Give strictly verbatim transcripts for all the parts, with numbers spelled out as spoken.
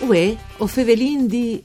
Uè, o fevelin di...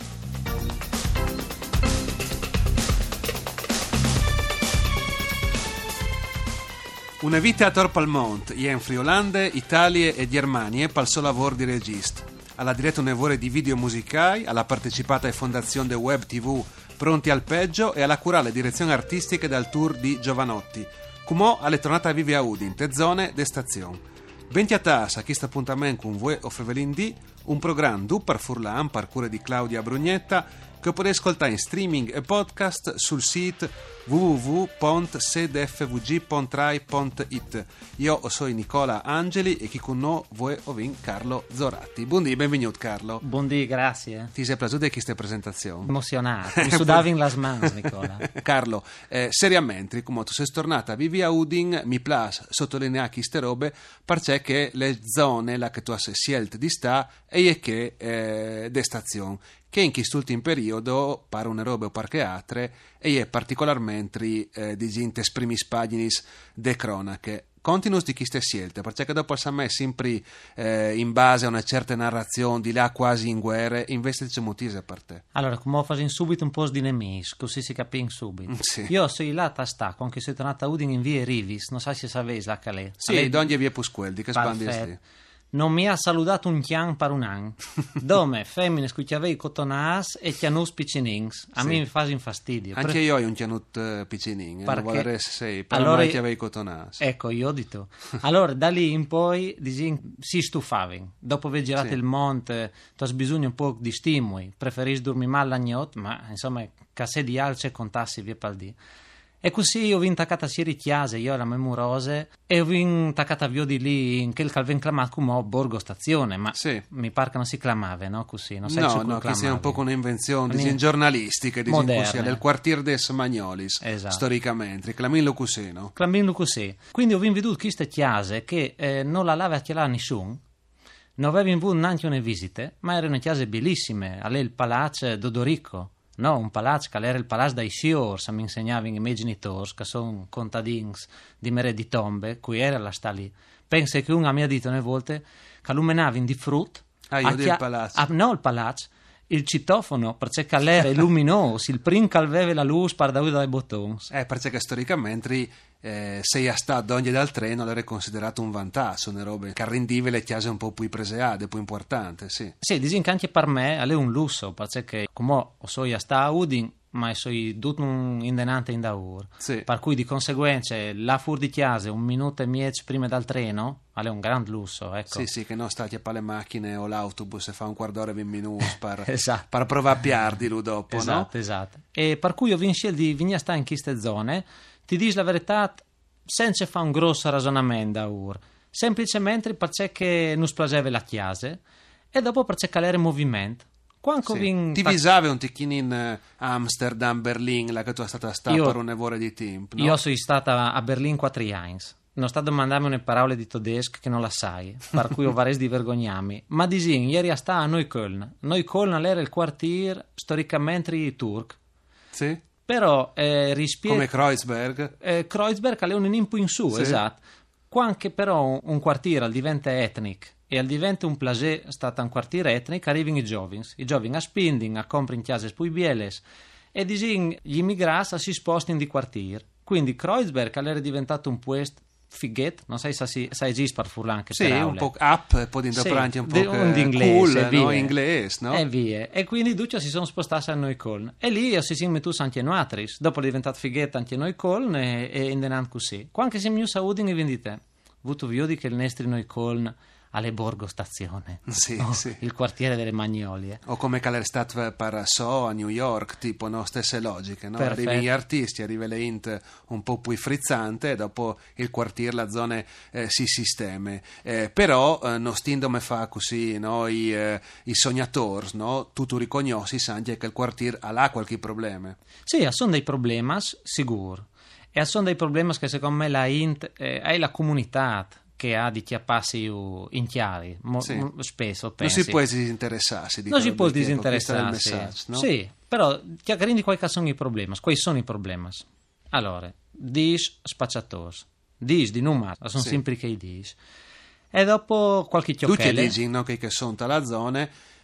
Una vita a Torpalmont, in Friulande, Italia e Germania, pal suo lavoro di regista. Alla diretta un evore di video musicali, alla partecipata a fondazione de web tivù Pronti al peggio e alla curale direzione artistica dal tour di Giovanotti. Cumò alle tornate a vive a Udin, te zone de stazione. Benti a tassa, a questo appuntamento con voi o fevelin di, un programma du per Furlan, per cura di Claudia Brugnetta, che potete ascoltare in streaming e podcast sul sito w w w punto s d f v g punto rai punto i t. Io sono Nicola Angeli e chi con noi voi ovin Carlo Zoratti. Buondì, benvenuto Carlo. Buondì, grazie. Ti sei piaciuta di questa presentazione? Emozionato, mi sudavi in las mans, Nicola. Carlo, eh, seriamente, come tu sei tornata a vivi a Udin, mi piace sottolineare queste robe perché che le zone là che tu hai scelto di sta e che eh, de stazione che in quest'ultimo periodo, pare una roba o parche altre, e è particolarmente eh, di gente primi spaginis de cronache. Continuus di queste scelte, perché dopo siamo sempre eh, in base a una certa narrazione, di là quasi in guerra, invece c'è motivo per te. Allora, come faccio subito un po' di nemici, così si capisce subito. Sì. Io sono là a sta, con che sono tornata a Udin in via Rivis, non so se sapete la calè. Sì, d'ogni via Pusqueldi, che sbandi sti. Non mi ha salutato un chian per un anno. Dome, femmine scucchiavei cotonas e chianus piccinings. A sì. Me mi fa infastidio. Anche Pre... io ho un chianut uh, piccinin, Perché... non vorrei sei, però allora... non chiavei cotonas. Ecco, io ho detto. Allora, da lì in poi disin, si stufavano. Dopo aver girato sì. il monte, tu hai bisogno un po' di stimoli. Preferisci dormire mal l'agnot, ma insomma, casse di alce contassi via pal dì. E così io ho intaccata a Siri Chiase, io era memorose, e ho intaccata via di lì in quel calven clamato come Borgo Stazione, ma sì. mi pare che non si clamava, no? Così, non sai no, no, che sia un po' un'invenzione un... giornalistica, così, del quartier des Magnolis, esatto. Storicamente, clamillo così, no? Clamillo così. Quindi ho veduto queste chiese che eh, non la lava a chialare nessuno, non avevo avuto neanche una visita, ma erano chiese bellissime, a lei il palazzo Dodorico. No, un palazzo che era il palazzo dai Siors, mi insegnavano i miei genitori, che sono contadins di Mere di Tombe, cui era la sta lì. Pensa che uno mi ha detto una volta che lumenavano di frutta. Ah, io del palazzo. Ah, no, il palazzo. Il citofono, perché era luminoso, il primo che aveva la luce per da dai bottoni. Eh, perché storicamente eh, sei a sta d'ogni dal treno era considerato un vantaggio, ne robe che rendive le chiese un po' più preseade, più importante, sì. Sì, dicono che anche per me è un lusso, perché come so a sta a Udin, ma sono tutto un indenante in daur. Sì. Per cui di conseguenza la fur di chiese un minuto e mezzo prima dal treno è un gran lusso, ecco. Sì, sì, che non stati a le macchine o l'autobus e fa un quarto d'ora venti minuti per, esatto. per provare a piardilu dopo, esatto, no? Esatto, e per cui ho vinto di venire a stare in queste zone, ti dici la verità, senza fare un grosso ragionamento da ur, semplicemente perché non spiaceva la chiesa e dopo perché era in movimento. Sì. Vin... Ti visave un ticchino in Amsterdam, Berlino, là che tu sei stata sta io, per un evore di tempo, no? Io sono stata a Berlino quattro anni. Non sta domandando una parola di tedesco che non la sai, per cui ho varesi di vergognarmi. Ma disin, ieri a sta a Neukölln. Neukölln era il quartier storicamente turco. Sì. Però eh, rispie... come Kreuzberg. Eh, Kreuzberg è un in in su, sì. Esatto. Qua anche però un, un quartiere diventa etnico e al diventa un placer stato un quartiere etnico, arrivano i giovani. I giovani a spending, a comprare in chiese poi bieles e disin, gli immigrati si spostano di quartiere. Quindi Kreuzberg era diventato un puesto fighetto, non sai se sai gis per furlan che sì, un po' up e poi dentro sì, anche un po' un inglese, cool, no? Inglese, no? E via. E quindi Duccia si sono spostati a Neukölln e lì si sono messi anche noi altri. Dopo è diventato fighetto anche Neukölln e, e in denant così. Qua anche se mi usa Udin e vendite, avuto vedi che il nostro Neukölln alle Borgo Stazione, sì, oh, sì. Il quartiere delle Magnolie, o come che è stato per So a New York, tipo, no? Stesse logiche, no? Arrivi gli artisti, arriva le int un po' più frizzante e dopo il quartiere, la zona eh, si sisteme, eh, però eh, non stindo me fa così, no? I, eh, i sognatori, no? Tu tu riconosci anche che il quartiere ha là qualche problema. Sì, sono dei problemi sicuro e sono dei problemi che secondo me la int eh, è la comunità che ha di chiapparsi in chiari, mo, sì. mo, spesso pensi. Non si può disinteressarsi. Di non si può disinteressarsi. No? Sì, però ti rendi quali sono i problemi. Quali sono i problemi? Allora, dis spacciatori, dis di numero, sono sì. sempre che i dis. E dopo qualche chiocchele. Tutti dicono no, che sono dalla zona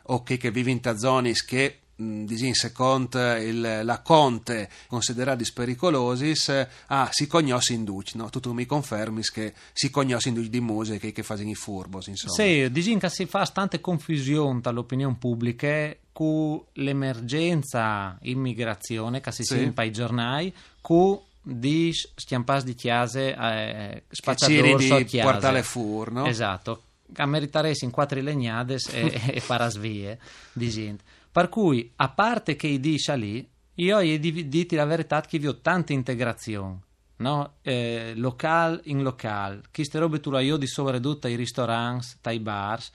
o che, che vive in tazonis che disin secondo il, la Conte considerati pericolosi, ah, si cognossi in duci, no? Tu, tu mi confermi che si cognossi in duci di musica che fanno i furbos, insomma. Sì, disin che si fa tante confusione dall'opinione pubblica con l'emergenza immigrazione che si sì. sente ai giornali, con di stiampas di chiase eh, spacciatori di so portale fur, no? Esatto, a meritaresi in quattro legnades e, e parasvie di gente. Per cui, a parte che i dice lì, io gli diti la verità che vi ho tanta integrazione, no? Eh, local in local, chi ste robe tu la io di soprattutto ai ristoranti, ai bars,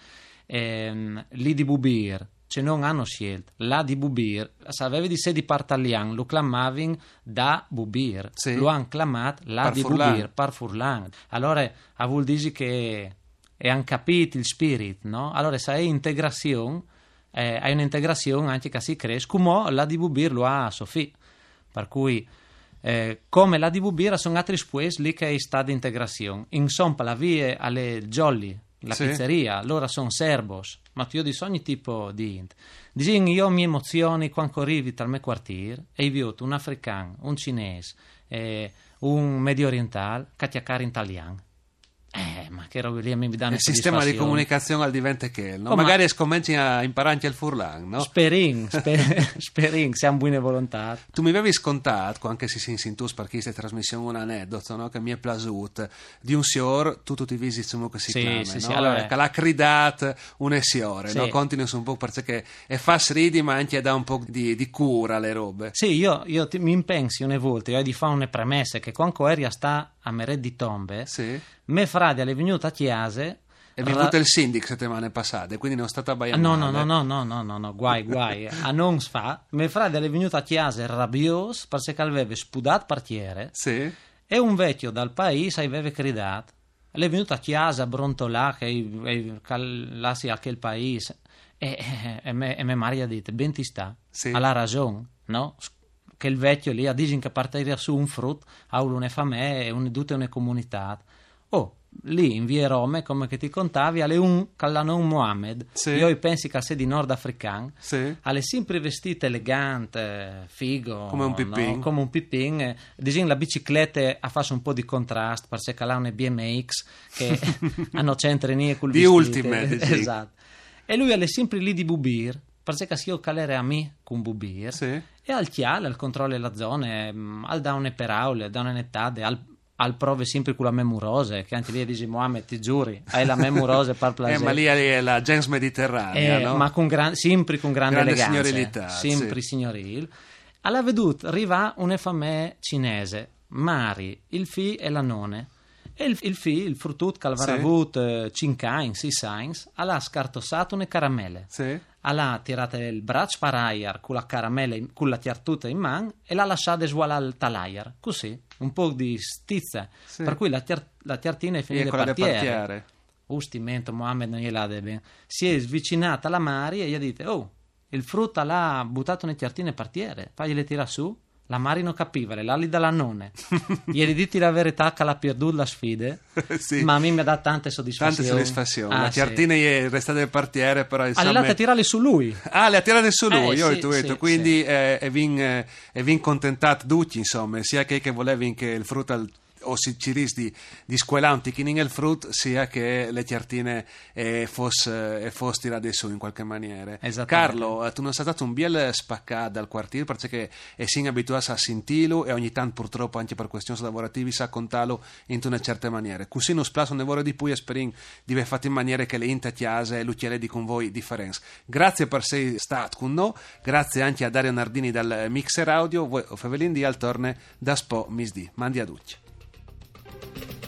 ehm, lì di bubir, cioè non hanno scelto, là di bubir, se avevi di sé di partalian, lo clamavi da bubir, sì. lo hanno clamato là par di Furlan. bubir, par Furlan. Allora, a vuol dire che e hanno capito il spirit, no? Allora, se hai integrazione, Eh, hai un'integrazione anche che si cresce come la di Bubir lo ha a Sofì, per cui eh, come la di Bubir sono altri spues lì che è stata integrazione insomma la via alle Jolly la sì. pizzeria loro sono serbos ma io di ogni tipo di int dicono io mi emozioni quando arrivi dal mio quartiere e vi ho un africano, un cinese eh, un medio orientale che chiacchiera in italiano. Eh, ma che robe lì a me mi danno il sistema di comunicazione al diventa che no? Oh, magari ma... scommenci a imparare anche il furlan, no? Sperin, sper, sperin, siamo buone volontà. Tu mi avevi scontato, anche se si insintus per questa trasmissione, un aneddoto, no? Che mi è piaciuto di un signor, tu tutti i visi insomma che si sì, chiama, sì, no? Sì, allora... che l'ha cridato un signore, sì. No? Continui un po' perché e fa sridi ma anche dà un po' di, di cura alle robe. Sì, io, io ti, mi impensi una volta, io di fare una premessa che quando eri a sta a Meret di Tombe, sì. me frade è venuta a chiese è venuto ra... il sindic settimane passate, quindi non è stata a no no no no no no no no guai guai a non sfa me frade è venuta a chiese rabios perché aveva spudato partiere sì. E un vecchio dal paese aveva gridato è venuta a chiesa brontolà che lasci anche il paese e, e, e me, e me Maria ha detto ben ti sta sì. ha ragione no che il vecchio lì ha detto che partire su un frutto ha una famiglia e un, tutta una comunità. Oh, lì in via Rome, come che ti contavi, alle un Callanon Mohammed, sì. Io pensi che sei di nordafricano, sì. alle sempre vestite elegante, figo, come un pippin, no? Come un pippin, eh, disegno la bicicletta a fare un po' di contrasto, perché là un B M X che hanno centrini col di ultime, esatto. E lui alle sempre lì di bubir, perché se io calere a me con bubir, sì. E al chiale, al controllo della zona, al da une per aule, da une netade, al al prove sempre con la memurose che anche lì dici Mohammed ti giuri hai la memurose per placer eh, ma lì è la gens mediterranea eh, no? Ma con gran, sempre con grande, grande eleganza signorilità sempre sì. Signoril alla veduta arriva una famiglia cinese Mari, il fi e la none e il, il fi, il frutut che aveva sì. avuto eh, cinque anni, sei anni ha scartossato una caramelle sì. ha tirato il braccio per aia con la caramella con la tiartuta in man e l'ha lasciata svuolare al talaiar così un po' di stizza sì. Per cui la, tiar, la tiartina è finita di partiere ustimento Mohammed non gliela deve si è svicinata alla Mari e gli ha detto oh il frutto l'ha buttato nelle tiartine partiere poi gliele tira su la Mari non capiva le lali dalla nonne gli diti la verità che l'ha perduto la sfide sì. Ma a me mi ha dato tante soddisfazioni tante soddisfazioni ah, la tiartina sì. È restata nel partiere però insomma ha tirare su lui ah le ha tirate su lui eh, io sì, tu sì, quindi sì. Eh, è vin eh, è vin contentato tutti insomma sia che, che volevi che il frutto al o si ci rischi di, di squelare un ticchino il frutto sia che le tiartine eh, fosse, eh, fosse tirate su in qualche maniera. Carlo, tu non sei stato un biel spaccato dal quartiere perché è sin abituato a sentirlo e ogni tanto purtroppo anche per questioni lavorative sa contarlo in una certa maniera. Così non splasso un lavoro di poi e sperin di aver fatto in maniera che le inte chiase e l'ucchiere di con voi differenza. Grazie per essere stato con noi, grazie anche a Dario Nardini dal Mixer Audio, voi Fevelin di al torne da Spo Misdi. Mandi a tutti.